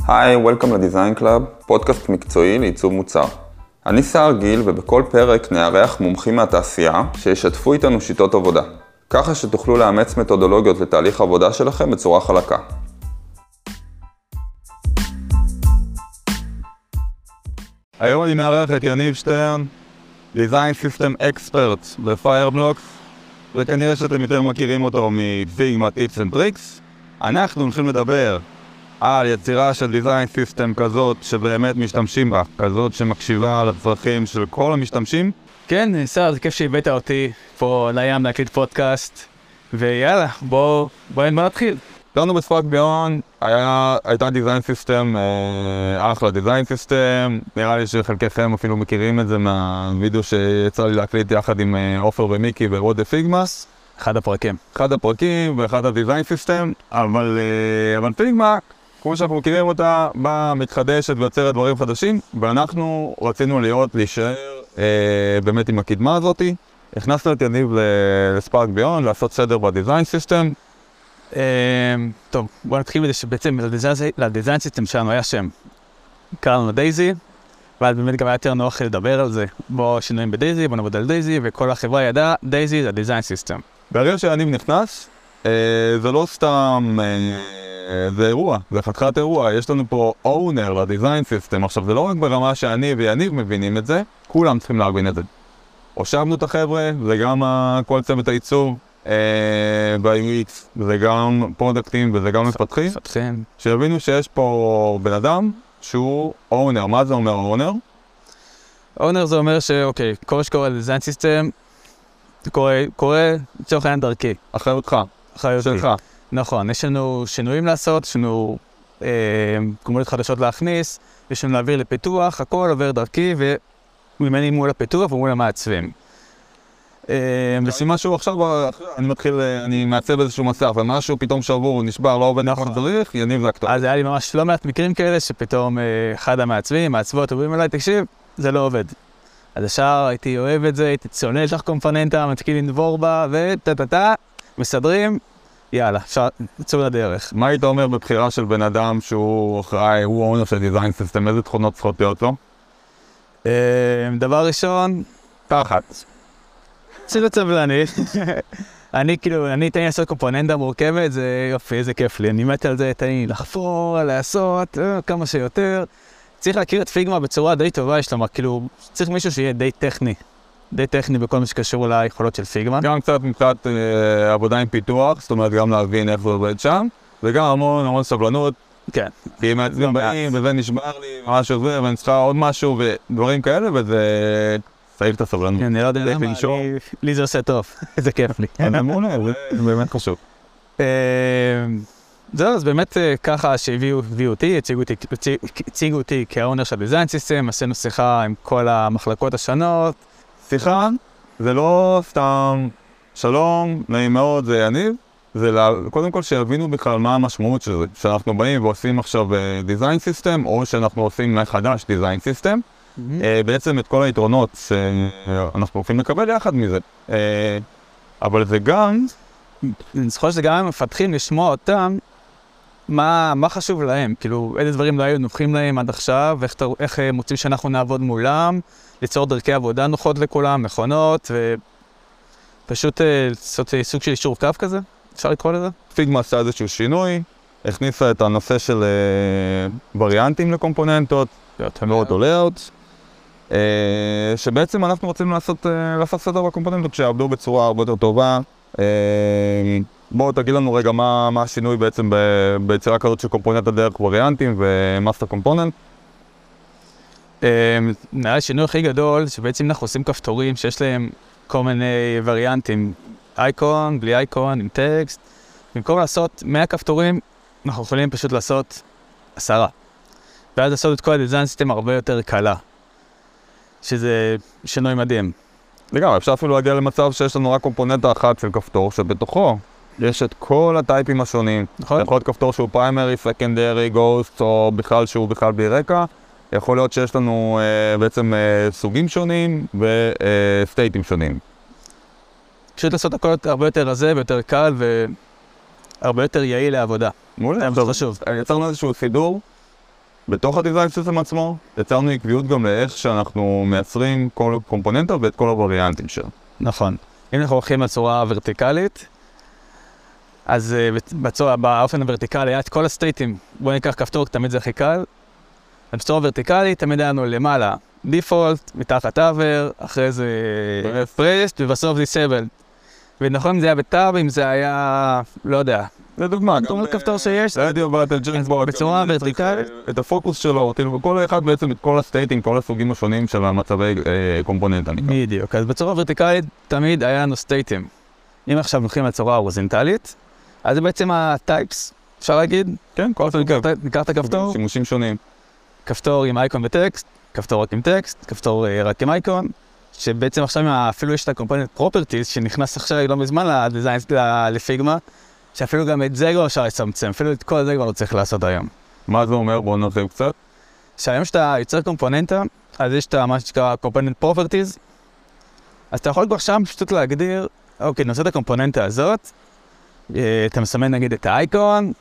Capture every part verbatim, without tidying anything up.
היי, Welcome לדיזיין קלאב, פודקאסט מקצועי לעיצוב מוצר. אני סער גיל ובכל פרק נארח מומחים מהתעשייה שישתפו איתנו שיטות עבודה, ככה שתוכלו לאמץ מתודולוגיות לתהליך העבודה שלכם בצורה חלקה. היום אני מארח את יניב שטרן, Design System Expert ב-Fireblocks, וכנראה שאתם יותר מכירים אותו מפיגמה Tips and Tricks. אנחנו הולכים לדבר על יצירה של Design System כזאת שבאמת משתמשים בה, כזאת שמקשיבה לצרכים של כל המשתמשים. כן, סער, זה כיף שהבאת אותי פה לים להקליט פודקאסט, ויאללה, בואו בוא נתחיל. לנו בספארק ביון היה, הייתה Design System, אה, אחלה Design System, נראה לי שחלקכם אפילו מכירים את זה מהווידאו שיצא לי להקליט יחד עם עופר ומיקי ב-Road the Figmas. אחד הפרקים. אחד הפרקים ואחד ה-Design System, אבל, אה, אבל פיגמה, כמו שאנחנו מכירים אותה, באה מתחדשת ויוצרת דברים חדשים, ואנחנו רצינו להיות, להישאר אה, באמת עם הקדמה הזאת. הכנסנו את יניב לספארק ביון, לעשות סדר ב-Design System. טוב, בואו נתחיל בזה שבעצם לדיזיין סיסטם שלנו היה שם. קראנו לו דייזי, ואז באמת גם היה יותר נוח לדבר על זה. בואו שינויים בדייזי, בואו נעבוד על דייזי, וכל החברה ידעה, דייזי זה דיזיין סיסטם. ברגע שיניב נכנס, זה לא סתם, זה אירוע, זה חתיכת אירוע. יש לנו פה אונר לדיזיין סיסטם. עכשיו, זה לא רק ברמה שאני ויניב מבינים את זה, כולם צריכים להבין את זה. הושבנו את החבר'ה, זה גם כל צוות הייצור. ב-יו אקס, זה גם פרודקטים וזה גם מפתחים, שהבינו שיש פה בן אדם שהוא אונר. מה זה אומר אונר? אונר זה אומר שאוקיי, כל מה שקורה לדיזיין סיסטם, קורה לצורך העניין דרכי. אחריותך. אחריותך. נכון, יש לנו שינויים לעשות, יש לנו קומוניות חדשות להכניס, יש לנו להעביר לפיתוח, הכל עובר דרכי וממני מול הפיתוח ומול המעצבים. יש לי משהו עכשיו, אני מתחיל, אני מעצב איזשהו מסך, ומשהו פתאום שבור, נשבר, לא עובד נכון צריך, יניב זה הכתוב. אז היה לי ממש לא מעט מקרים כאלה, שפתאום אחד המעצבים, מעצבות, אומרים אליי, תקשיב, זה לא עובד. אז ישר הייתי אוהב את זה, הייתי צונא לך קומפוננטה, מתחיל לנבור בה, וטה-טה-טה, מסדרים, יאללה, אפשר לצור לדרך. מה היית אומר בבחירה של בן אדם שהוא אחראי, הוא אונר של דיזיין סיסטם, איזה תכונות צריכות להיות לו? דבר ראשון, תחת. ציר סבלני. אני כאילו, אני אתן לי לעשות קומפוננטה מורכבת, זה יופי, איזה כיף לי. אני מת על זה, תן לי לחפור, לעשות, כמה שיותר. צריך להכיר את פיגמה בצורה די טובה, יש לומר, כאילו, צריך מישהו שיהיה די טכני. די טכני בכל מה שקשור ליכולות של פיגמה. גם קצת מבחינת אה, עבודה עם פיתוח, זאת אומרת גם להבין איך זה עובד שם, וגם המון המון סבלנות. כן. כי מעצבים באים, וזה נשבר לי, משהו זה, ואני צריכה עוד משהו, ודברים כאלה, וזה... צריך את הסבלנות. אני לא יודע למה, לי זה עושה טוב, זה כיף לי. אני אמונה, זה באמת חשוב. זהו, אז באמת ככה שהביאו אותי, הציגו אותי כאונר של דיזיין סיסטם, עשינו שיחה עם כל המחלקות השונות. שיחה, זה לא סתם שלום, נעים מאוד, זה יניב, זה קודם כל שיבינו בכלל מה המשמעות של זה, שאנחנו באים ועושים עכשיו דיזיין סיסטם, או שאנחנו עושים מחדש דיזיין סיסטם, בעצם את כל היתרונות שאנחנו הולכים לקבל יחד מזה. אבל זה גם... אני זוכר שזה גם הם מפתחים לשמוע אותם מה, מה חשוב להם, כאילו איזה דברים לא היו נוחים להם עד עכשיו, ואיך איך מוצאים שאנחנו נעבוד מולם, ליצור דרכי עבודה נוחות לכולם, נכונות, ופשוט לעשות סוג של אישור קו כזה, אפשר לקרוא לזה? פיגמה עשה איזשהו שינוי, הכניסה את הנושא של וריאנטים לקומפוננטות, מאוד לאאוט, שבעצם אנחנו רוצים לעשות, לעשות סדר בקומפוננטות שיעבדו בצורה הרבה יותר טובה. בואו תגיד לנו רגע מה, מה השינוי בעצם ב, ביצירה כזאת של קומפוננטה דרך וריאנטים ומאסטר קומפוננט. נראה לי שינוי הכי גדול שבעצם אנחנו עושים כפתורים שיש להם כל מיני וריאנטים, אייקון, בלי אייקון, עם טקסט. במקום לעשות מאה כפתורים, אנחנו יכולים פשוט לעשות עשרה. ואז לעשות את כל הדיזיין סיסטם הרבה יותר קלה. שזה שינוי מדהים. לגמרי, אפשר אפילו להגיע למצב שיש לנו רק קומפוננטה אחת של כפתור, שבתוכו יש את כל הטייפים השונים. נכון. יכול להיות כפתור שהוא פריימרי, סקנדרי, גוסט, או בכלל שהוא בכלל בלי רקע. יכול להיות שיש לנו אה, בעצם אה, סוגים שונים וסטייטים שונים. פשוט לעשות הכל הרבה יותר רזה ויותר קל והרבה יותר יעיל לעבודה. מעולה. זה חשוב. יצרנו איזשהו סידור בתוך הדיזיין סיסטם עצמו, יצרנו עקביות גם לאיך שאנחנו מייצרים כל קומפוננטה ואת כל הווריאנטים שלה. נכון. אם אנחנו הולכים בצורה ורטיקלית, אז בצורה, באופן הוורטיקלי היה את כל הסטייטים. בואו ניקח כפתור, תמיד זה הכי קל. בצורה ורטיקלית תמיד היה לנו למעלה דיפולט, מתחת טאבר, אחרי זה פרסט, ובסוף דיסבל. ונכון אם זה היה בטאב, אם זה היה, לא יודע. זה דוגמה, כל כפתור שיש. רדיו ואתה ג'קבורד. בצורה ורטיקלית. את הפוקוס שלו, כל אחד בעצם את כל הסטייטים, כל הסוגים השונים של המצבי קומפוננטה. בדיוק, אז בצורה ורטיקלית תמיד היה לנו סטייטים. אם עכשיו הולכים לצורה הורזנטלית, אז זה בעצם הטייפס, אפשר להגיד? כן, כל הסוגים. ניקח את הכפתור. שימושים שונים. כפתור עם אייקון וטקסט, כפתור רק עם טקסט, כפתור רק עם אייקון, שבעצם עכשיו אפילו יש את הקומפוננט פרופרטיז שנכנס עכשיו לא מזמן לדיזיין לפיגמה, שאפילו גם את זה לא אפשר לצמצם, אפילו את כל זה כבר לא צריך לעשות היום. מה זה אומר? בואו נרחיב קצת. שהיום שאתה יוצר קומפוננטה, אז יש את מה שנקרא קומפוננט פרופרטיז, אז אתה יכול כבר שם פשוט להגדיר, אוקיי, נעשה את הקומפוננטה הזאת, אתה מסמן נגיד את האייקון,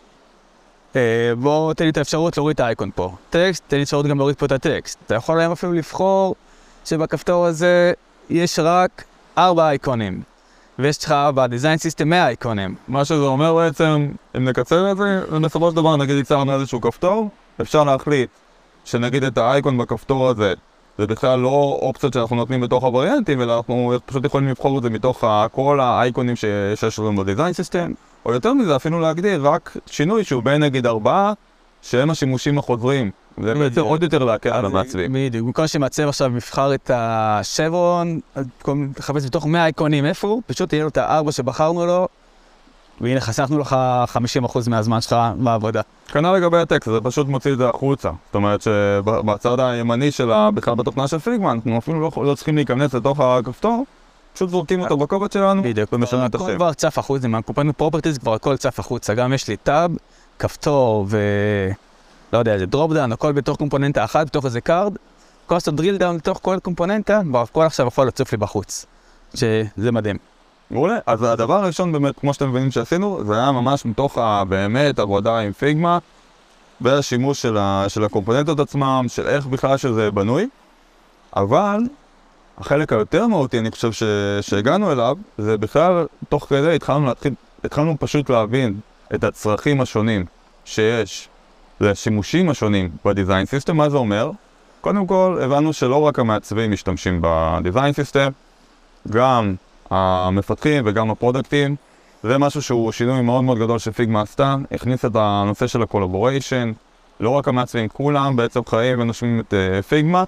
בואו תן לי את האפשרות להוריד את האייקון פה. טקסט, תן לי אפשרות גם להוריד פה את הטקסט. אתה יכול להם אפילו לבחור שבכפתור הזה יש רק ארבע אייקונים. ויש לך בדיזיין סיסטם מאה אייקונים. מה שזה אומר בעצם, אם נקצר את זה, בסופו של דבר נגיד יצרנו איזשהו כפתור, אפשר להחליט שנגיד את האייקון בכפתור הזה, זה בכלל לא אופציות שאנחנו נותנים בתוך הווריאנטים, אלא אנחנו פשוט יכולים לבחור את זה מתוך כל האייקונים שיש לנו בדיזיין סיסטם. או יותר מזה, אפילו להגדיר רק שינוי שהוא בין נגיד ארבעה, שהם השימושים החוזרים. זה בעצם עוד יותר להקל על המעצבים. בדיוק, במקום שמעצב עכשיו מבחר את השברון, תחפש בתוך מאה אייקונים איפה הוא, פשוט תהיה לו את הארבע שבחרנו לו, והנה חסכנו לך חמישים אחוז מהזמן שלך בעבודה. כנ"ל לגבי הטקסט, זה פשוט מוציא את זה החוצה. זאת אומרת שבצד הימני שלה, בכלל בתוכנה של פיגמה, אנחנו אפילו לא, לא צריכים להיכנס לתוך הכפתור, פשוט זורקים אותו בקובץ שלנו, בדיוק, ומשנה את השם. הכל כבר צף החוץ, עם הקומפוננט פרופרטיז כבר הכל צף החוצה. גם יש לי טאב, כפתור ו... לא יודע, זה דרופ דאון, הכל בתוך קומפוננטה אחת, בתוך איזה קארד. כל לעשות דריל דאון לתוך כל קומפוננטה, והכל עכשיו יכול לצוף לי בחוץ. שזה מדהים. מעולה. אז הדבר הראשון באמת, כמו שאתם מבינים שעשינו, זה היה ממש מתוך באמת עבודה עם פיגמה, והשימוש של, ה... של הקומפוננטות עצמם, של איך בכלל שזה בנוי. אבל החלק היותר מהותי, אני חושב ש... שהגענו אליו, זה בכלל, תוך כדי התחלנו להתחיל, התחלנו פשוט להבין את הצרכים השונים שיש לשימושים השונים בדיזיין סיסטם. מה זה אומר? קודם כל, הבנו שלא רק המעצבים משתמשים בדיזיין סיסטם, גם המפתחים וגם הפרודקטים. זה משהו שהוא שינוי מאוד מאוד גדול שפיגמה עשתה, הכניס את הנושא של הקולבוריישן, לא רק המעצבים, כולם בעצם חיים ונושמים את uh, פיגמה,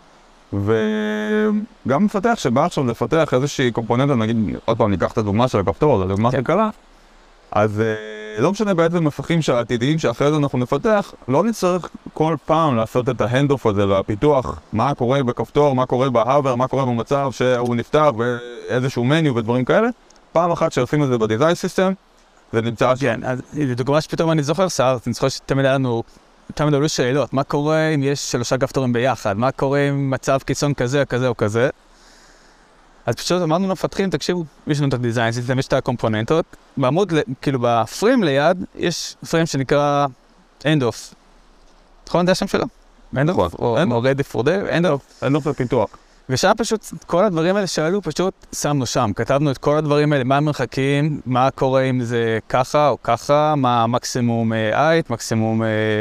וגם מפתח שבא עכשיו לפתח איזושהי קומפוננטה, נגיד, עוד פעם ניקח את הדוגמה של הכפתור, זו דוגמה קלה, אז uh, לא משנה בעצם מפתחים העתידיים שאחרי זה אנחנו נפתח, לא נצטרך כל פעם לעשות את ההנד-אוף הזה והפיתוח, מה קורה בכפתור, מה קורה בהאבר, מה קורה במצב שהוא נפתח באיזשהו מניו ודברים כאלה. פעם אחת שעושים את זה בדיזיין סיסטם, זה נמצא... כן, אז לדוגמה שפתאום אני זוכר שר, אני זוכר שתמיד היה לנו, תמיד עלו שאלות, מה קורה אם יש שלושה כפתורים ביחד, מה קורה אם מצב קיצון כזה, כזה או כזה. אז פשוט אמרנו למפתחים, תקשיבו, יש לנו את הדיזיין סיסטם, יש את הקומפוננטות, בעמוד, כאילו בפריים ליד, יש פריים שנקרא end-off. נכון, זה השם שלו? end-off? או ready for day, end-off. end-off לפיתוח. ושם פשוט, כל הדברים האלה שעלו, פשוט שמנו שם, כתבנו את כל הדברים האלה, מה המרחקים, מה קורה אם זה ככה או ככה, מה המקסימום height, מקסימום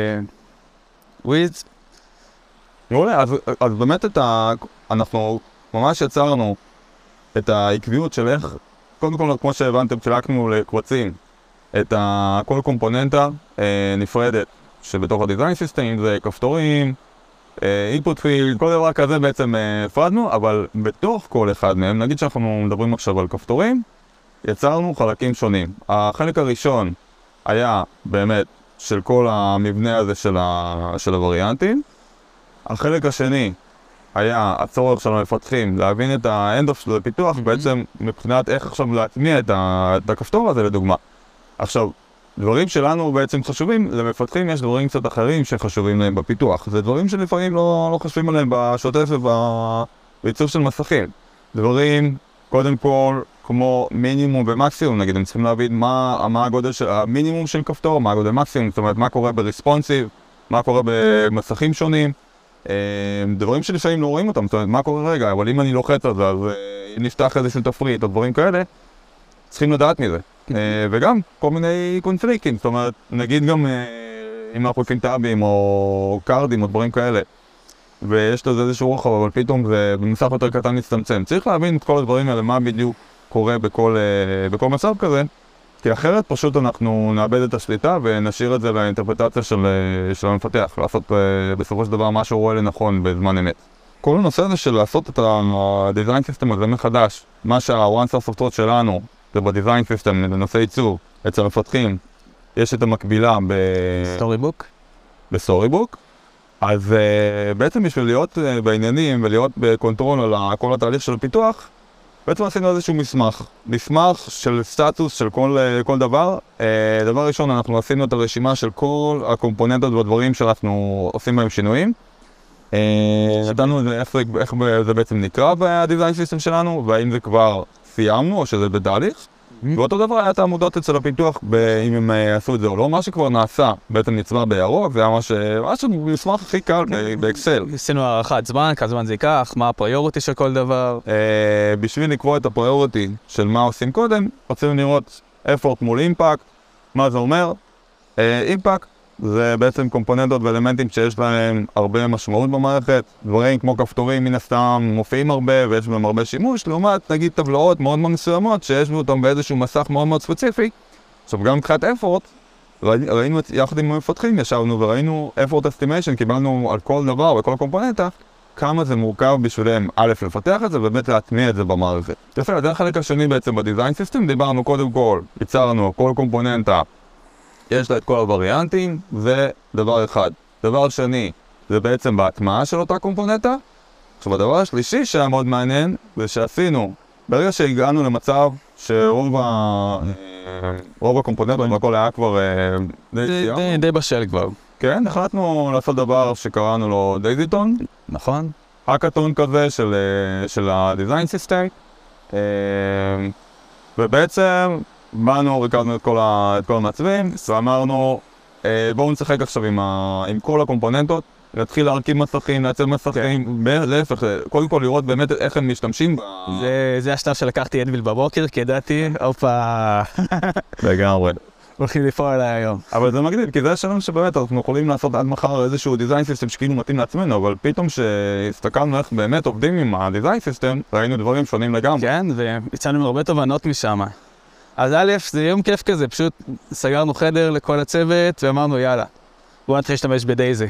width. מעולה, אז, אז באמת את ה... אנחנו ממש יצרנו את העקביות של איך, קודם כל, כמו שהבנתם, חילקנו לקבצים את ה... כל קומפוננטה אה, נפרדת שבתוך הדיזיין סיסטם, זה כפתורים, input field, כל דבר כזה בעצם הפרדנו, אבל בתוך כל אחד מהם, נגיד שאנחנו מדברים עכשיו על כפתורים, יצרנו חלקים שונים. החלק הראשון היה באמת של כל המבנה הזה של, ה... של הווריאנטים. החלק השני היה הצורך של המפתחים להבין את ה-end-off של הפיתוח, mm-hmm. בעצם מבחינת איך עכשיו להטמיע את, ה... את הכפתור הזה לדוגמה. עכשיו, דברים שלנו בעצם חשובים, למפתחים יש דברים קצת אחרים שחשובים להם בפיתוח. זה דברים שלפעמים לא, לא חושבים עליהם בשוטף ובעיצוב של מסכים. דברים, קודם כל, כמו מינימום ומקסימום, נגיד, הם צריכים להבין מה, מה הגודל של המינימום של כפתור, מה הגודל מקסימום, זאת אומרת, מה קורה ברספונסיב, מה קורה במסכים שונים, דברים שלפעמים לא רואים אותם, זאת אומרת, מה קורה רגע, אבל אם אני לוחץ על זה, אז נפתח איזשהו תפריט או דברים כאלה, צריכים לדעת מזה. וגם כל מיני קונפליקטים, זאת אומרת, נגיד גם אם אנחנו עושים טאבים או קארדים או דברים כאלה, ויש לזה איזשהו רוחב, אבל פתאום זה במסך יותר קטן להצטמצם. צריך להבין את כל הדברים האלה, מה בדיוק קורה בכל, בכל מצב כזה, כי אחרת פשוט אנחנו נאבד את השליטה ונשאיר את זה לאינטרפרטציה של, של המפתח, לעשות בסופו של דבר מה שהוא רואה לנכון בזמן אמת. כל הנושא הזה של לעשות את ה-Design System הזה מחדש, מה שה-One Source of Truth שלנו, זה ב-Design System, לנושא ייצור, אצל המפתחים, יש את המקבילה ב... Storybook? ב-Storybook. אז uh, בעצם בשביל להיות uh, בעניינים ולהיות בקונטרול על כל התהליך של הפיתוח, בעצם עשינו איזשהו מסמך, מסמך של סטטוס של כל, uh, כל דבר. Uh, דבר ראשון, אנחנו עשינו את הרשימה של כל הקומפוננטות והדברים שאנחנו עושים בהם שינויים. ידענו uh, איך, איך זה בעצם נקרא ב-Design System שלנו, והאם זה כבר סיימנו או שזה בתהליך. ואותו דבר היה את העמודות אצל הפיתוח, אם הם עשו את זה או לא, מה שכבר נעשה, בעצם נצבע בירוק, זה היה משהו מסמך הכי קל באקסל. עשינו הערכת זמן, כמה זמן זה ייקח, מה הפריוריטי של כל דבר. בשביל לקבוע את הפריוריטי של מה עושים קודם, רצינו לראות effort מול אימפקט. מה זה אומר? אימפקט זה בעצם קומפוננטות ואלמנטים שיש להם הרבה משמעות במערכת, דברים כמו כפתורים מן הסתם מופיעים הרבה ויש בהם הרבה שימוש, לעומת נגיד טבלאות מאוד מאוד מסוימות שיש אותם באיזשהו מסך מאוד מאוד ספציפי. עכשיו גם מבחינת effort, ראינו יחד עם המפתחים, ישבנו וראינו effort estimation, קיבלנו על כל דבר וכל קומפוננטה, כמה זה מורכב בשבילם א' לפתח את זה ובאמת להטמיע את זה במערכת. יפה, זה החלק השני בעצם בדיזיין סיסטם, דיברנו קודם כל, ייצרנו כל קומפוננטה, יש לה את כל הווריאנטים, זה דבר אחד. דבר שני, זה בעצם בהטמעה של אותה קומפוננטה. עכשיו, הדבר השלישי שהיה מאוד מעניין, זה שעשינו, ברגע שהגענו למצב שרוב ה... רוב הקומפוננטות והכל היה כבר די... די בשל כבר. כן, החלטנו לעשות דבר שקראנו לו דייזיטון. נכון. האקתון כזה של, של ה-Design System. ובעצם באנו, ריקדנו את כל, ה, את כל המעצבים, ואמרנו, אה, בואו נשחק עכשיו עם, ה, עם כל הקומפוננטות, להתחיל להרכיב מסכים, לייצר מסכים, ב- להפך, קודם כל לראות באמת איך הם משתמשים. זה, זה השלב שלקחתי אדוויל בבוקר, כי ידעתי, הופה, לגמרי. הולכים לפעול עליי היום. אבל זה מגניב, כי זה השלב שבאמת אנחנו יכולים לעשות עד מחר איזשהו דיזיין סיסטם שכאילו מתאים לעצמנו, אבל פתאום שהסתכלנו איך באמת עובדים עם הדיזיין סיסטם, ראינו דברים שונים לגמרי. כן, ויצאנו הרבה תובנות משם. אז א', זה יום כיף כזה, פשוט סגרנו חדר לכל הצוות ואמרנו יאללה, בואו נתחיל להשתמש בדייזי.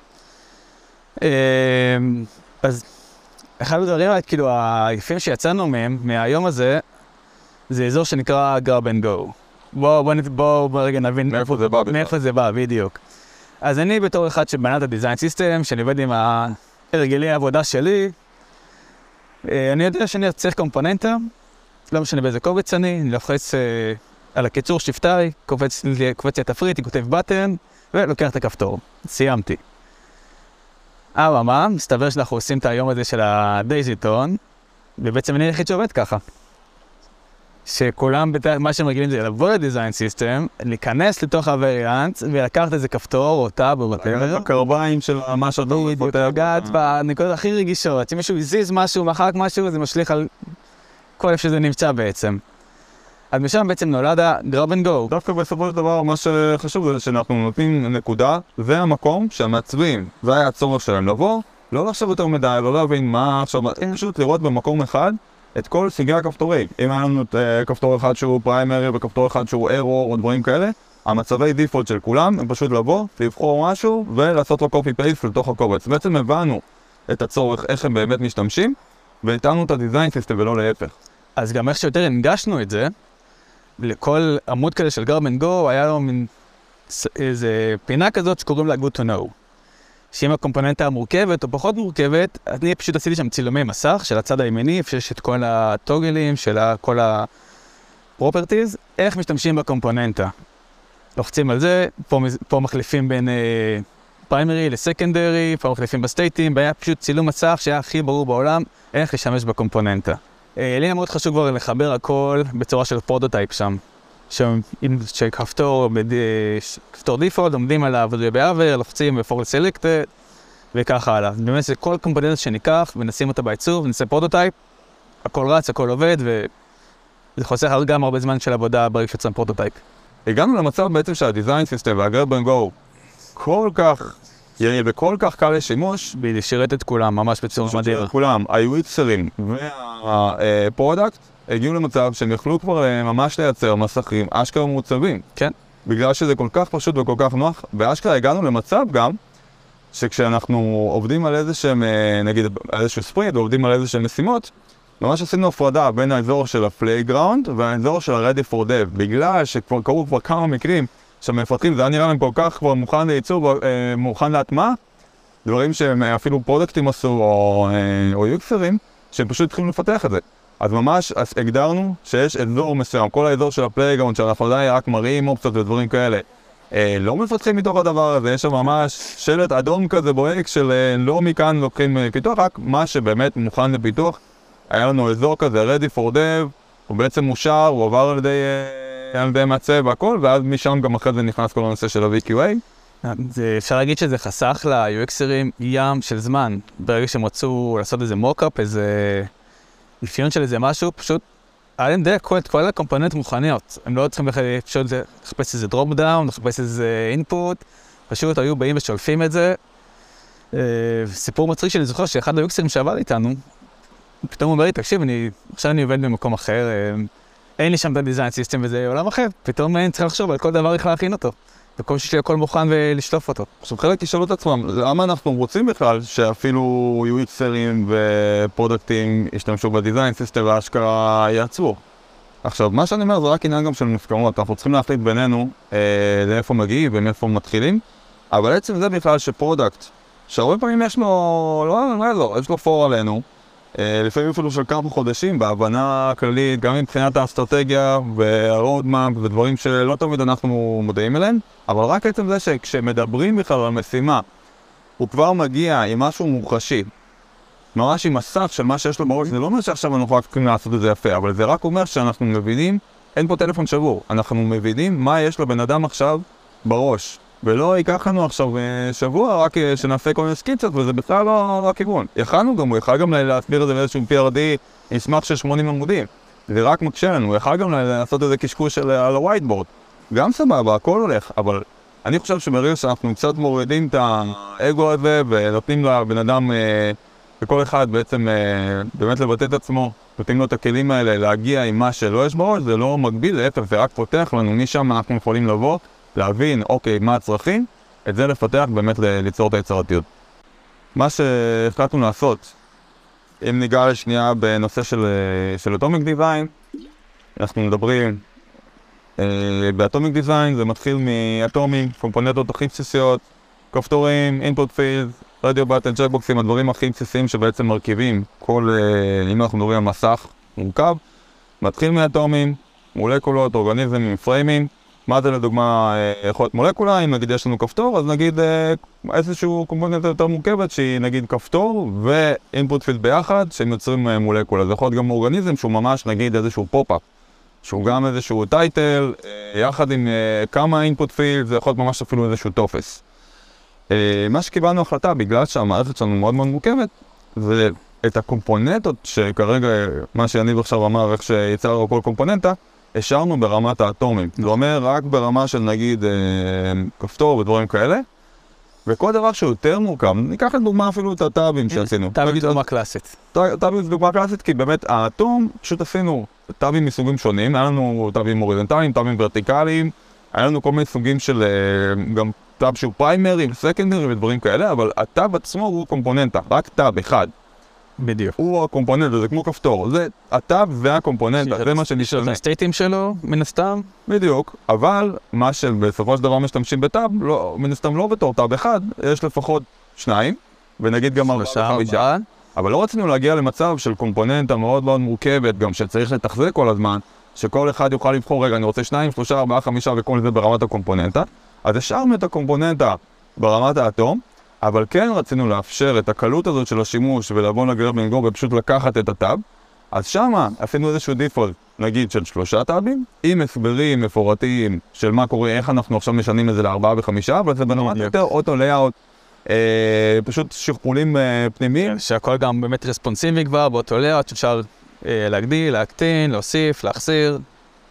אז אחד הדברים, כאילו, היפים שיצאנו מהם, מהיום הזה, זה אזור שנקרא Grab and Go. בואו, בואו, בואו, בואו רגע נבין מאיפה זה בא. מאיפה זה בא, בדיוק. אז אני בתור אחד שבנה את הדיזיין סיסטם, שאני עובד עם הרגלי העבודה שלי, אני יודע שאני צריך קומפוננטה, לא משנה באיזה קובץ אני, אני לוחץ אה, על הקיצור שבטאי, קופץ לי התפריט, אני כותב בטן, ולוקח את הכפתור. סיימתי. אבל מה? מסתבר שאנחנו עושים את היום הזה של הדייזיטון, ובעצם אני היחיד שעובד ככה. שכולם, בת... מה שהם רגילים זה לבוא לדיזיין סיסטם, להיכנס לתוך הווריאנט, ולקחת איזה כפתור או טאב או בטר. הקרביים של מה שאתה פותח בנקודות הכי רגישות. אם מישהו יזיז משהו, מחק משהו, זה משליך על כל איפה שזה נמצא בעצם. אז משם בעצם נולד ה-Grab and Go. דווקא בסופו של דבר, מה שחשוב זה שאנחנו נותנים נקודה, זה המקום שהמעצבים, זה היה הצורך שלהם לבוא, לא לחשוב יותר מדי, לא להבין מה עכשיו, פשוט לראות במקום אחד את כל סוגי הכפתורים. אם היה לנו את uh, כפתור אחד שהוא פריימרי וכפתור אחד שהוא error או דברים כאלה, המצבי דיפולט של כולם הם פשוט לבוא, לבחור משהו ולעשות לו copy paste לתוך הקובץ. בעצם הבנו את הצורך, איך הם באמת משתמשים, והתאמנו את הדיזיין סיסטם ולא להפך. אז גם איך שיותר הנגשנו את זה, לכל עמוד כזה של Grab and Go היה לו מין איזה פינה כזאת שקוראים לה Good to Know. שאם הקומפוננטה המורכבת או פחות מורכבת, אני פשוט עשיתי שם צילומי מסך של הצד הימיני, איפה שיש את כל הטוגלים של כל הפרופרטיז, איך משתמשים בקומפוננטה. לוחצים על זה, פה, פה מחליפים בין פריימרי לסקנדרי, פה מחליפים בסטייטים, והיה פשוט צילום מסך שהיה הכי ברור בעולם, איך לשמש בקומפוננטה. לי מאוד חשוב כבר לחבר הכל בצורה של פרוטוטייפ שם. שכפתור, כפתור דיפולט, עומדים עליו בעבר, לוחצים ב-for selected, וככה הלאה. באמת זה כל קומפוננט שניקח ונשים אותה בעיצוב, ונעשה פרוטוטייפ, הכל רץ, הכל עובד, וזה חוסך גם הרבה זמן של עבודה ברגע שיוצרים פרוטוטייפ. הגענו למצב בעצם שהדיזיין סיסטם והגרב אנד גו כל כך יעיל וכל כך קל לשימוש, בדיוק, שירת את כולם, ממש בצורה מדהימה. כולם, ה-יו אקסרים והפרודקט הגיעו למצב שהם יכלו כבר ממש לייצר מסכים אשכרה מוצבים. כן. בגלל שזה כל כך פשוט וכל כך נוח, ואשכרה הגענו למצב גם שכשאנחנו עובדים על איזה שהם, נגיד איזשהו ספרינט, ועובדים על איזה שהם משימות, ממש עשינו הפרדה בין האזור של הפלייגראונד והאזור של ה-ready for dev, בגלל שכבר קרו כבר כמה מקרים שהמפתחים, זה היה נראה להם כל כך כבר מוכן לייצור, מוכן להטמעה, דברים שהם אפילו פרודקטים עשו או, או יוקסרים, שהם פשוט התחילו לפתח את זה. אז ממש אז הגדרנו שיש אזור מסוים, כל האזור של הפלייגראונד, שאנחנו עדיין רק מראים אופציות ודברים כאלה, אה, לא מפתחים מתוך הדבר הזה, יש שם ממש שלט אדום כזה בוהק של אה, לא מכאן לוקחים פיתוח, רק מה שבאמת מוכן לפיתוח. היה לנו אזור כזה, ready for dev, הוא בעצם מושר, הוא עבר על ידי, אה, על ידי מעצב והכל, ואז משם גם אחרי זה נכנס כל הנושא של ה-וי קיו איי. זה, אפשר להגיד שזה חסך ל-יו אקסרים ים של זמן. ברגע שהם רצו לעשות איזה מוקאפ, איזה אפיון של איזה משהו, פשוט היה להם די את כל הקומפוננט מוכניות. הם לא צריכים פשוט לחפש איזה דרופ דאון, לחפש איזה אינפוט, פשוט היו באים ושולפים את זה. סיפור מצחיק שאני זוכר שאחד ה-יו אקסרים שעבד איתנו, פתאום הוא אומר לי, תקשיב, אני, עכשיו אני עובד במקום אחר, אין לי שם את הדיזיין סיסטם וזה עולם אחר, פתאום אני צריך לחשוב על כל דבר איך להכין אותו. וכל שיש לי הכל מוכן ולשלוף אותו. עכשיו חלק ישאלו את עצמם, למה אנחנו רוצים בכלל שאפילו יו אקסרים ופרודקטים ישתמשו בדיזיין סיסטם והאשכרה יעצרו? עכשיו, מה שאני אומר זה רק עניין גם של מפקמות, אנחנו צריכים להחליט בינינו אה, לאיפה מגיעים ומאיפה מתחילים, אבל עצם זה בכלל שפרודקט, שהרבה פעמים יש לו, לא נראה לו, יש לו פור עלינו, אה, לפעמים אפילו של כמה חודשים, בהבנה כללית, גם מבחינת האסטרטגיה והרודמאפ ודברים שלא תמיד אנחנו מודעים אליהם, אבל רק עצם זה שכשמדברים בכלל על משימה, הוא כבר מגיע עם משהו מוחשי, ממש עם הסף של מה שיש לו בראש, זה לא אומר שעכשיו אנחנו רק צריכים לעשות את זה יפה, אבל זה רק אומר שאנחנו מבינים, אין פה טלפון שבור, אנחנו מבינים מה יש לבן אדם עכשיו בראש, ולא ייקח לנו עכשיו שבוע רק שנעשה כל מיני סקיצות, וזה בכלל לא הכיוון. יכלנו גם, הוא יכל גם להסביר את זה באיזשהו פי אר די, מסמך של שמונים עמודים, זה רק מקשה לנו, הוא יכל גם לעשות איזה קשקוש על הווייטבורד, גם סבבה, הכל הולך, אבל אני חושב שברגע שאנחנו קצת מורידים את האגו הזה, ונותנים לבן אדם, וכל אחד בעצם באמת לבטא את עצמו, נותנים לו את הכלים האלה להגיע עם מה שלא יש בראש, זה לא מגביל, להפך, זה רק פותח לנו, משם אנחנו יכולים לבוא, להבין, אוקיי, מה הצרכים, את זה לפתח באמת ליצור את היצירתיות. מה שהחלטנו לעשות, אם ניגע לשנייה בנושא של, של אטומיק דיזיין, אנחנו מדברים, באטומיק דיזיין זה מתחיל מאטומים, קומפוננטות הכי בסיסיות, כפתורים, אינפוט פילד, רדיו בטן, צ'קבוקסים, הדברים הכי בסיסיים שבעצם מרכיבים כל, אם אנחנו מדברים על מסך מורכב, מתחיל מאטומים, מולקולות, אורגניזמים, פריימים. מה זה לדוגמה יכול להיות מולקולה? אם נגיד יש לנו כפתור, אז נגיד איזשהו קומפוננט יותר מורכבת שהיא נגיד כפתור ואינפוט פילד ביחד שהם יוצרים מולקולה. זה יכול להיות גם אורגניזם שהוא ממש נגיד איזשהו פופ-אפ, שהוא גם איזשהו טייטל, יחד עם כמה אינפוט פילד, זה יכול להיות ממש אפילו איזשהו טופס. מה שקיבלנו החלטה, בגלל שהמערכת שלנו מאוד מאוד מורכבת, זה את הקומפוננטות שכרגע, מה שיניב עכשיו אמר, איך שיצרנו כל קומפוננטה, השארנו ברמת האטומים. זה אומר רק ברמה של נגיד אה, כפתור ודברים כאלה, וכל דבר שהוא יותר מורכב, ניקח לדוגמה אפילו את הטאבים שעשינו. טאבים דוגמה קלאסית. טאבים זה דוגמה קלאסית, כי באמת האטום, פשוט עשינו טאבים מסוגים שונים, היה לנו טאבים אוריינטליים, טאבים ורטיקליים, היה לנו כל מיני סוגים של גם טאב שהוא פריימרי, סקנדרי ודברים כאלה, אבל הטאב עצמו הוא קומפוננטה, רק טאב אחד. בדיוק. הוא הקומפוננט, זה כמו כפתור, זה הטאב והקומפוננטה, זה מה שנשתנה. הסטייטים שלו, מן הסתם. בדיוק, אבל מה שבסופו של דבר משתמשים בטאב, לא, מן הסתם לא בתור טאב אחד, יש לפחות שניים, ונגיד גם ארבעה חמישה. אבל לא רצינו להגיע למצב של קומפוננטה מאוד מאוד מורכבת, גם שצריך לתחזק כל הזמן, שכל אחד יוכל לבחור, רגע, אני רוצה שניים, שלושה, ארבעה, חמישה וכל זה ברמת הקומפוננטה. אז השארנו את הקומפוננטה ברמת האטום, אבל כן רצינו לאפשר את הקלות הזאת של השימוש ולבוא לגרב לנגור ופשוט לקחת את הטאב. אז שמה עשינו איזשהו דיפולט נגיד של שלושה טאבים, עם הסברים מפורטים של מה קורה, איך אנחנו עכשיו משנים את זה לארבעה וחמישה, אבל זה ברמת יותר אוטו לייאוט, אה, פשוט שכפולים אה, פנימיים. שהכל גם באמת רספונסיבי כבר, באותו לייאוט, שאפשר אה, להגדיל, להקטין, להוסיף, להחסיר.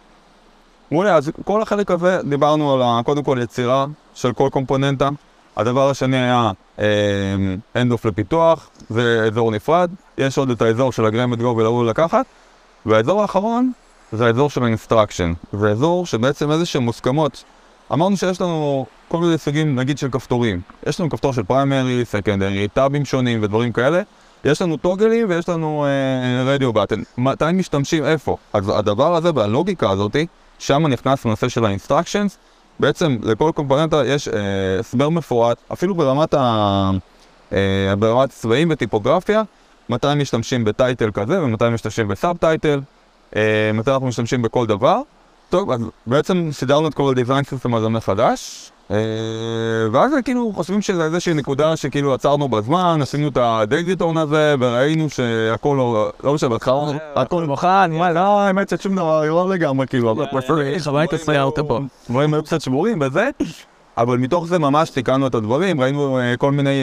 מעולה, אז כל החלק הזה דיברנו על ה- קודם כל יצירה של כל קומפוננטה. הדבר השני היה אנד-אוף לפיתוח, זה אזור נפרד. יש עוד את האזור של הגרמת גו ולאו לקחת. והאזור האחרון זה האזור של האינסטרקשן. זה אזור שבעצם איזה שהן מוסכמות. אמרנו שיש לנו כל מיני סוגים, נגיד של כפתורים. יש לנו כפתור של פריימרי, סקנדרי, טאבים שונים ודברים כאלה. יש לנו טוגלים ויש לנו רדיו בטן. מתי משתמשים איפה? אז הדבר הזה והלוגיקה הזאתי, שם נכנס לנושא של ה-instructions. בעצם לכל קומפוננטה יש אה, הסבר מפורט, אפילו ברמת, ה, אה, ברמת צבעים וטיפוגרפיה, מתי משתמשים בטייטל כזה ומתי משתמשים בסאב טייטל, אה, מתי אנחנו משתמשים בכל דבר. טוב, אז בעצם סידרנו את כל ה-design system הזה מחדש, אה, ואז כאילו חושבים שזה איזושהי נקודה שכאילו עצרנו בזמן, עשינו את ה-date הזה וראינו שהכל לא, לא משנה, בהתחלה, הכל מוכן, מה לא? האמת ששום דבר לא לגמרי כאילו, חוויית הסיירת פה. דברים היו קצת שבורים וזה, אבל מתוך זה ממש תיקנו את הדברים, ראינו כל מיני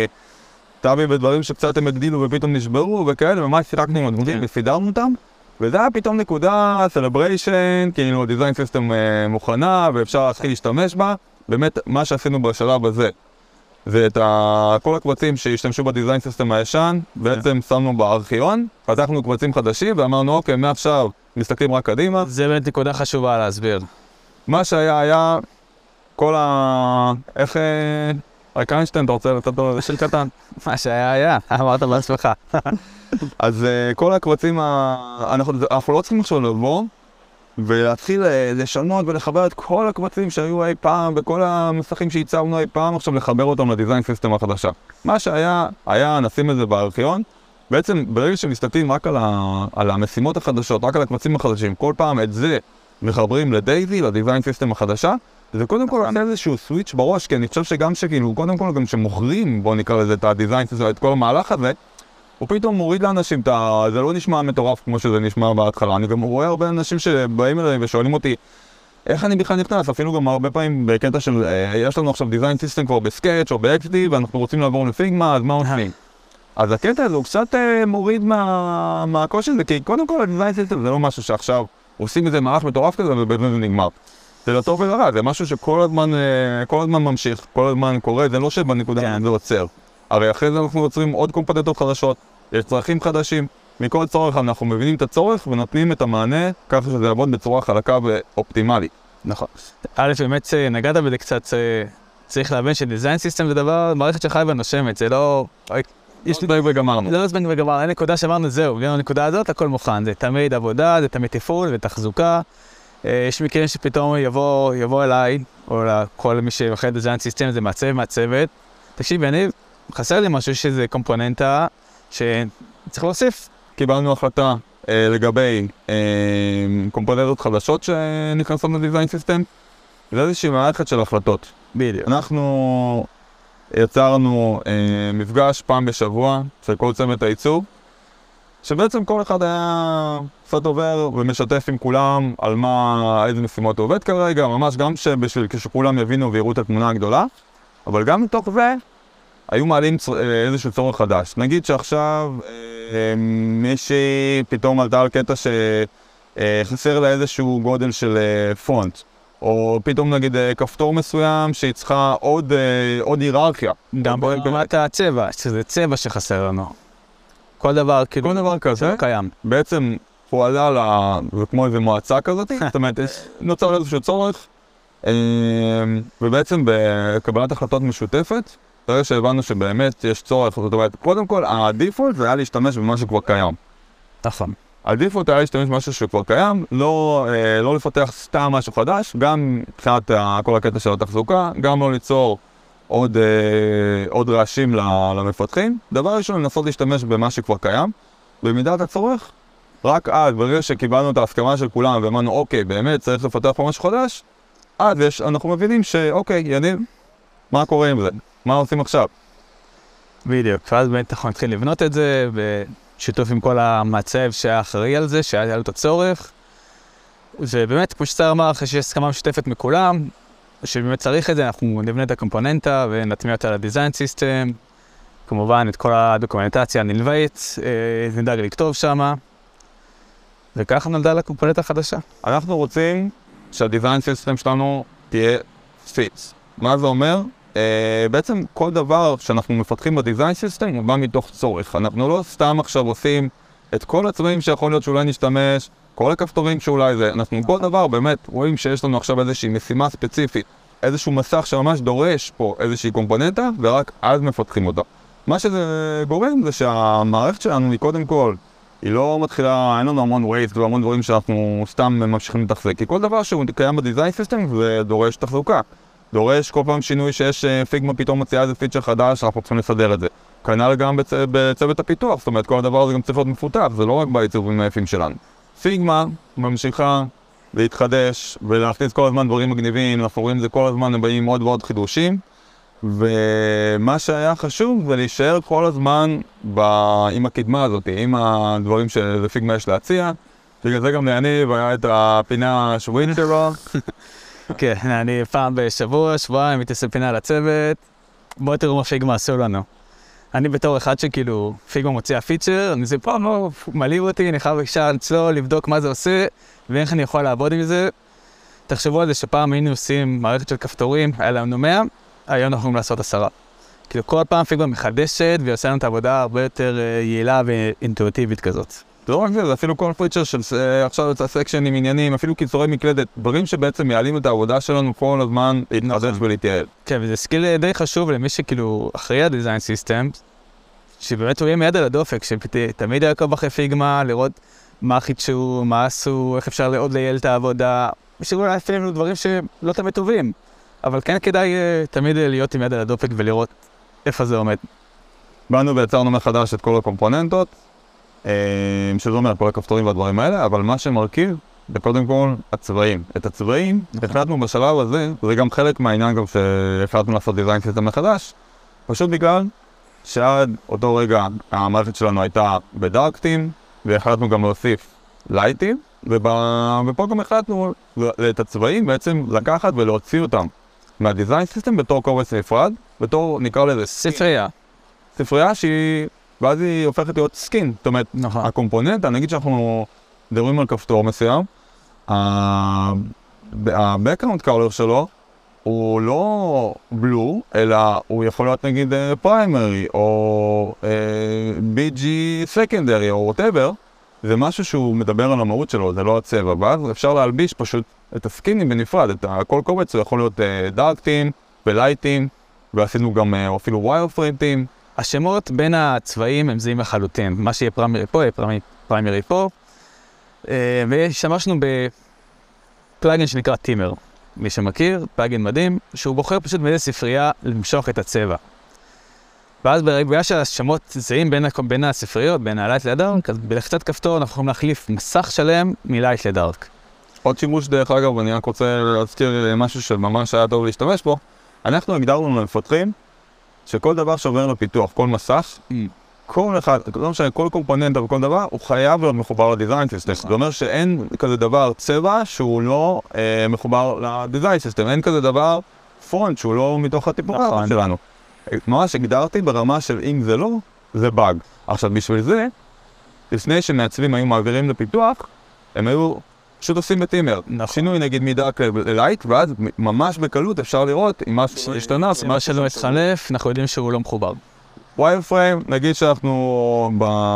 טאבים ודברים שקצת הם הגדילו ופתאום נשברו וכאלה, ממש שיחקנו עם הדמותים וסידרנו אותם, וזה היה פתאום נקודה, celebration, כאילו דיזיין סיסטם מוכנה ואפשר להתחיל להשתמש בה. באמת מה שעשינו בשלב הזה זה את כל הקבצים שהשתמשו בדיזיין סיסטם הישן, בעצם שמנו בארכיון, פתחנו קבצים חדשים ואמרנו אוקיי, מעכשיו מסתכלים רק קדימה. זה באמת נקודה חשובה להסביר. מה שהיה היה כל ה... איך... רק איינשטיין, אתה רוצה לתת לו של קטן? מה שהיה היה, אמרת בעצמך. אז כל הקבצים, אנחנו לא צריכים עכשיו לבוא ולהתחיל לשנות ולחבר את כל הקבצים שהיו אי פעם וכל המסכים שהצבנו אי פעם, עכשיו לחבר אותם לדיזיין סיסטם החדשה. מה שהיה, היה נשים את זה בארכיון. בעצם ברגע שמסתכלים רק על, ה, על המשימות החדשות, רק על הקבצים החדשים, כל פעם את זה מחברים לדייזי, לדיזיין סיסטם החדשה, זה קודם כל עושה איזשהו סוויץ' בראש, כי אני חושב שגם שכאילו, קודם כל גם שמוכרים, בוא נקרא לזה את הדיזיין סיסטם, את כל המהלך הזה, הוא פתאום מוריד לאנשים את ה... זה לא נשמע מטורף כמו שזה נשמע בהתחלה. אני גם רואה הרבה אנשים שבאים אליי ושואלים אותי איך אני בכלל נכנס, אפילו גם הרבה פעמים בקטע של יש לנו עכשיו דיזיין סיסטם כבר בסקאץ' או ב-אקס די ואנחנו רוצים לעבור לפיגמה, אז מה עושים? אז הקטע הזה הוא קצת מוריד מה... מהקושי הזה, כי קודם כל הדיזיין סיסטם זה לא משהו שעכשיו עושים איזה מערך מטורף כזה ובזה זה נגמר. זה לא טוב ולרע, זה משהו שכל הזמן, כל הזמן ממשיך, כל הזמן קורה, זה לא שבנקודה זה עוצר. הרי אחרי זה אנחנו יוצרים עוד קומפוננטות חדשות, יש צרכים חדשים, מכל צורך אנחנו מבינים את הצורך ונותנים את המענה ככה שזה יעבוד בצורה חלקה ואופטימלית. נכון. א', באמת נגעת בזה קצת, צריך להבין שדיזיין סיסטם זה דבר, מערכת שחי ונושמת, זה לא... יש לי וגמרנו. לא זמן וגמרנו, אין נקודה שאמרנו זהו, בגלל הנקודה הזאת הכל מוכן, זה תמיד עבודה, זה תמיד תפעול ותחזוקה. יש מקרים שפתאום יבוא, יבוא אליי, או לכל מי שאחרי דיזיין סיסטם, זה מעצב מהצוות. תקשיב, אני חסר לי משהו שזה קומפוננטה שצריך להוסיף. קיבלנו החלטה אה, לגבי אה, קומפוננטות חדשות שנכנסות לדיזיין סיסטם. זה איזושהי מערכת של החלטות. בדיוק. אנחנו יצרנו אה, מפגש פעם בשבוע של כל צוות הייצוג, שבעצם כל אחד היה קצת עובר ומשתף עם כולם על מה, איזה משימות הוא עובד כרגע, ממש גם שבשביל כשכולם יבינו ויראו את התמונה הגדולה, אבל גם מתוך זה היו מעלים צר, איזשהו צורך חדש. נגיד שעכשיו אה, מישהי פתאום עלתה על קטע שחסר לה איזשהו גודל של אה, פונט, או פתאום נגיד אה, כפתור מסוים שהיא צריכה עוד, אה, עוד היררכיה. גם ברמת הצבע, שזה צבע שחסר לנו. כל דבר, כאילו, כל דבר כזה, קיים. בעצם הוא עלה ל... זה כמו איזו מועצה כזאת, זאת אומרת, נוצר איזשהו צורך, ובעצם בקבלת החלטות משותפת, תראה שהבנו שבאמת יש צורך, זאת אומרת, קודם כל, הדיפולט זה היה להשתמש במה שכבר קיים. נכון. הדיפולט היה להשתמש במשהו שכבר קיים, לא, לא לפתח סתם משהו חדש, גם מבחינת כל הקטע של התחזוקה, גם לא ליצור עוד, עוד רעשים למפתחים. דבר ראשון, לנסות להשתמש במה שכבר קיים, במידת הצורך, רק אז, ברגע שקיבלנו את ההסכמה של כולם ואמרנו, אוקיי, באמת צריך לפתח פה משהו חדש, אז יש, אנחנו מבינים שאוקיי, יניב, מה קורה עם זה? מה עושים עכשיו? בדיוק, ואז באמת אנחנו נתחיל לבנות את זה, בשיתוף עם כל המצב שהיה אחראי על זה, שהיה לו את הצורך, ובאמת, כמו שצער אמר, אחרי שיש הסכמה משותפת מכולם, שבאמת צריך את זה, אנחנו נבנה את הקומפוננטה ונטמיע אותה לדיזיין סיסטם, כמובן את כל הדוקומנטציה הנלווית, אה, נדאג לכתוב שמה, וככה נולדה לקומפוננטה החדשה. אנחנו רוצים שהדיזיין סיסטם שלנו תהיה פיץ. מה זה אומר? Uh, בעצם כל דבר שאנחנו מפתחים בדיזיין סיסטם הוא בא מתוך צורך. אנחנו לא סתם עכשיו עושים את כל הצבעים שיכול להיות שאולי נשתמש, כל הכפתורים שאולי זה. אנחנו כל דבר באמת רואים שיש לנו עכשיו איזושהי משימה ספציפית, איזשהו מסך שממש דורש פה איזושהי קומפוננטה, ורק אז מפתחים אותה. מה שזה גורם זה שהמערכת שלנו היא קודם כל, היא לא מתחילה, אין לנו המון waste והמון דברים שאנחנו סתם ממשיכים לתחזק, כי כל דבר שהוא קיים בדיזיין סיסטם זה דורש תחזוקה. דורש כל פעם שינוי שיש פיגמה פתאום מציעה איזה פיצ'ר חדש, אנחנו צריכים לסדר את זה. כנ"ל גם בצ... בצוות הפיתוח, זאת אומרת כל הדבר הזה גם צריך להיות מפותח, זה לא רק בעיצובים היפים שלנו. פיגמה ממשיכה להתחדש ולהכניס כל הזמן דברים מגניבים, אנחנו רואים את זה כל הזמן, הם באים עוד ועוד חידושים. ומה שהיה חשוב זה להישאר כל הזמן ב... עם הקדמה הזאת, עם הדברים שפיגמה יש להציע. בגלל זה גם ליניב היה את הפינה שווינטרו. כן, אני פעם בשבוע, שבועיים, הייתי עושה פינה לצוות, בואו תראו מה פיגמה עשו לנו. אני בתור אחד שכאילו פיגמה מוציאה פיצ'ר, אני זה פעם לא מלהיב אותי, אני חייב אישה אצלו לבדוק מה זה עושה, ואיך אני יכול לעבוד עם זה. תחשבו על זה שפעם היינו עושים מערכת של כפתורים, היה לנו מאה, היום אנחנו יכולים לעשות עשרה. כאילו כל פעם פיגמה מחדשת, והיא עושה לנו את העבודה הרבה יותר יעילה ואינטואיטיבית כזאת. זה לא רק זה, זה אפילו כל פיצ'ר של עכשיו יוצא סקשן עם עניינים, אפילו קיצורי מקלדת, דברים שבעצם מעלים את העבודה שלנו כל הזמן להתחדש ולהתייעל. כן, וזה סקיל די חשוב למי שכאילו אחראי הדיזיין סיסטם, שבאמת הוא יהיה מיד על הדופק, שתמיד יעקוב אחרי פיגמה, לראות מה חידשו, מה עשו, איך אפשר עוד לייעל את העבודה, ושאולי אפילו דברים שלא תמיד טובים, אבל כן כדאי תמיד להיות עם יד על הדופק ולראות איפה זה עומד. באנו ויצרנו מחדש את כל הקומפוננטות, שזה אומר כל הכפתורים והדברים האלה, אבל מה שמרכיב זה קודם כל הצבעים. את הצבעים החלטנו בשלב הזה, זה גם חלק מהעניין גם שהחלטנו לעשות דיזיין סיסטם מחדש, פשוט בגלל שעד אותו רגע המערכת שלנו הייתה בדארקטים, והחלטנו גם להוסיף לייטים, ופה גם החלטנו את הצבעים בעצם לקחת ולהוציא אותם מהדיזיין סיסטם בתור קובץ נפרד, בתור נקרא לזה ספרייה. ספרייה שהיא, ואז היא הופכת להיות סקין, זאת אומרת, נכון. הקומפוננטה, נגיד שאנחנו מדברים על כפתור מסוים, ה-background color שלו הוא לא בלו, אלא הוא יכול להיות נגיד פריימרי, או בי ג'י secondary, או whatever, זה משהו שהוא מדבר על המהות שלו, זה לא הצבע, ואז אפשר להלביש פשוט את הסקינים בנפרד, את כל קובץ הוא יכול להיות דארקטים ולייטים, ועשינו גם אפילו ווייר פריימטים. השמות בין הצבעים הם זהים לחלוטין, מה שיהיה פריימרי פה, יהיה פריימרי פה, ושמשנו בפלאגין שנקרא טימר, מי שמכיר, פלאגין מדהים, שהוא בוחר פשוט מאיזה ספרייה למשוך את הצבע. ואז ברגע שהשמות זהים בין, בין הספריות, בין הלייט לדארק, אז בלחיצת כפתור אנחנו יכולים להחליף מסך שלם מלייט לדארק. עוד שימוש דרך אגב, אני רק רוצה להזכיר משהו שממש היה טוב להשתמש בו. אנחנו הגדרנו למפתחים שכל דבר שעובר לפיתוח, כל מסך, mm. כל אחד, לא משנה, כל קומפוננטה וכל דבר, הוא חייב להיות מחובר לדיזיין סיסטם. זאת אומרת שאין כזה דבר צבע שהוא לא אה, מחובר לדיזיין סיסטם, אין כזה דבר פונט שהוא לא מתוך הטיפול שלנו. ממש הגדרתי ברמה של אם זה לא, זה באג. עכשיו בשביל זה, לפני שמעצבים היו מעבירים לפיתוח, הם היו פשוט עושים בטימר. שינוי נגיד מדארק ללייט, ואז ממש בקלות אפשר לראות אם משהו השתנה. מה שלא התחלף, אנחנו יודעים שהוא לא מחובר. ווייר פריים, נגיד שאנחנו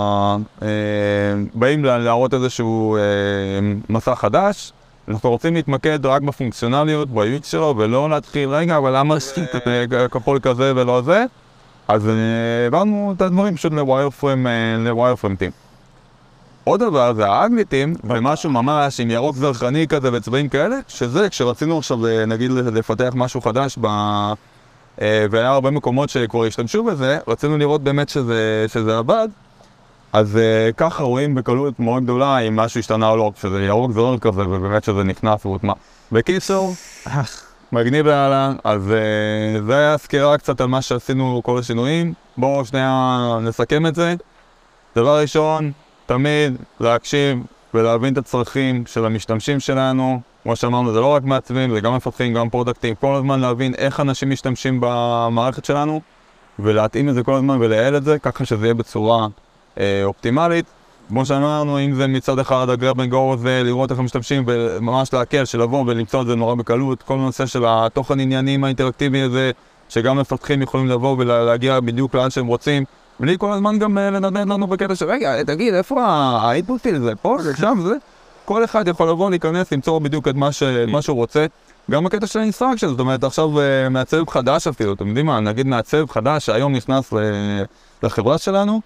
באים להראות איזשהו מסך חדש, אנחנו רוצים להתמקד רק בפונקציונליות, ב-יו אקס שלו, ולא להתחיל, רגע, אבל למה עשיתי כחול כזה ולא זה? אז הבאנו את הדברים פשוט לווייר פריים, לווייר פריים טים. עוד דבר זה האגליטים, ומשהו ממש עם ירוק זרחני כזה וצבעים כאלה, שזה כשרצינו עכשיו נגיד לפתח משהו חדש ב... והיה הרבה מקומות שכבר השתמשו בזה, רצינו לראות באמת שזה, שזה עבד, אז ככה רואים בקלות מאוד גדולה אם משהו השתנה או לא, שזה ירוק זרח כזה ובאמת שזה נכנס והוטמע. בקיצור, מגניב להלאה, אז זה היה סקירה קצת על מה שעשינו כל השינויים. בואו שנייה נסכם את זה. דבר ראשון, תמיד להקשיב ולהבין את הצרכים של המשתמשים שלנו. כמו שאמרנו, זה לא רק מעצבים, זה גם מפתחים, גם פרודקטים, כל הזמן להבין איך אנשים משתמשים במערכת שלנו, ולהתאים את זה כל הזמן ולייעל את זה, ככה שזה יהיה בצורה אה, אופטימלית. כמו שאמרנו, אם זה מצד אחד הגרב אנד גו הזה, לראות איך הם משתמשים וממש להקל, שלבוא ולמצוא את זה נורא בקלות, כל הנושא של התוכן עניינים האינטראקטיבי הזה, שגם מפתחים יכולים לבוא ולהגיע בדיוק לאן שהם רוצים, בלי כל הזמן גם לנדנד לנו בקטע של, רגע, תגיד, איפה האינפוט הזה? פה, שם, זה? כל אחד יכול לבוא, להיכנס, למצוא בדיוק את מה, ש... מה שהוא רוצה. גם הקטע של האינסטרקשן, זאת אומרת, עכשיו מעצב חדש אפילו, אתם יודעים מה, נגיד מעצב חדש שהיום נכנס לחברה שלנו,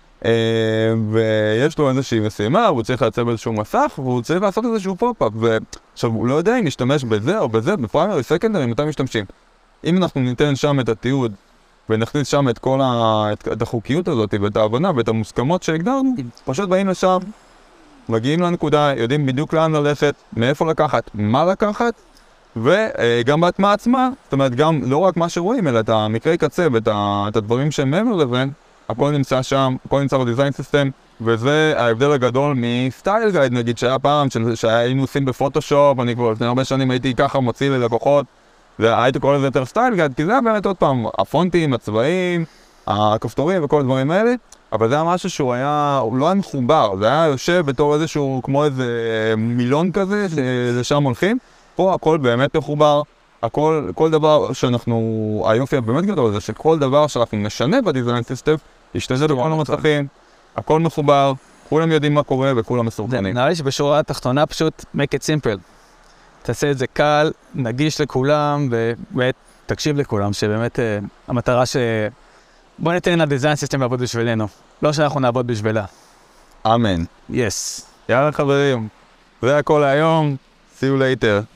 ויש לו איזושהי משימה, הוא צריך לעצב איזשהו מסך, והוא צריך לעשות איזשהו פופ-אפ, ועכשיו הוא לא יודע אם נשתמש בזה או בזה, בפריימרי, סקנדרי, מתי משתמשים. אם אנחנו ניתן שם את התיעוד, ונכניס שם את כל ה... את החוקיות הזאת, ואת ההבנה, ואת המוסכמות שהגדרנו, פשוט באים לשם, מגיעים לנקודה, יודעים בדיוק לאן ללכת, מאיפה לקחת, מה לקחת, וגם בהטמעה עצמה, זאת אומרת, גם לא רק מה שרואים, אלא את המקרי קצה ואת את הדברים שהם מעבר לבין, הכל נמצא שם, הכל נמצא בדיזיין סיסטם, וזה ההבדל הגדול מסטייל גייד, נגיד, שהיה פעם, שהיינו עושים בפוטושופ, אני כבר לפני הרבה שנים הייתי ככה מוציא ללקוחות, והייתי קורא לזה יותר סטייל גייד, כי זה היה באמת עוד פעם, הפונטים, הצבעים, הכפתורים וכל הדברים האלה, אבל זה היה משהו שהוא היה, הוא לא היה מחובר, זה היה יושב בתור איזשהו, כמו איזה מילון כזה, שלשם הולכים, פה הכל באמת מחובר, הכל, כל דבר שאנחנו, היופי הבאמת גדול זה שכל דבר שאנחנו נשנה בדיזיין סיסטם, ישתנה בכל המצבים, הכל מחובר, כולם יודעים מה קורה וכולם מסורתנים. נראה לי שבשורה התחתונה פשוט make it simple. תעשה את זה קל, נגיש לכולם, ובאמת תקשיב לכולם, שבאמת uh, המטרה ש... בוא ניתן לדיזיין סיסטם לעבוד בשבילנו, לא שאנחנו נעבוד בשבילה. אמן. יס. יאללה חברים, זה הכל היום, see you later.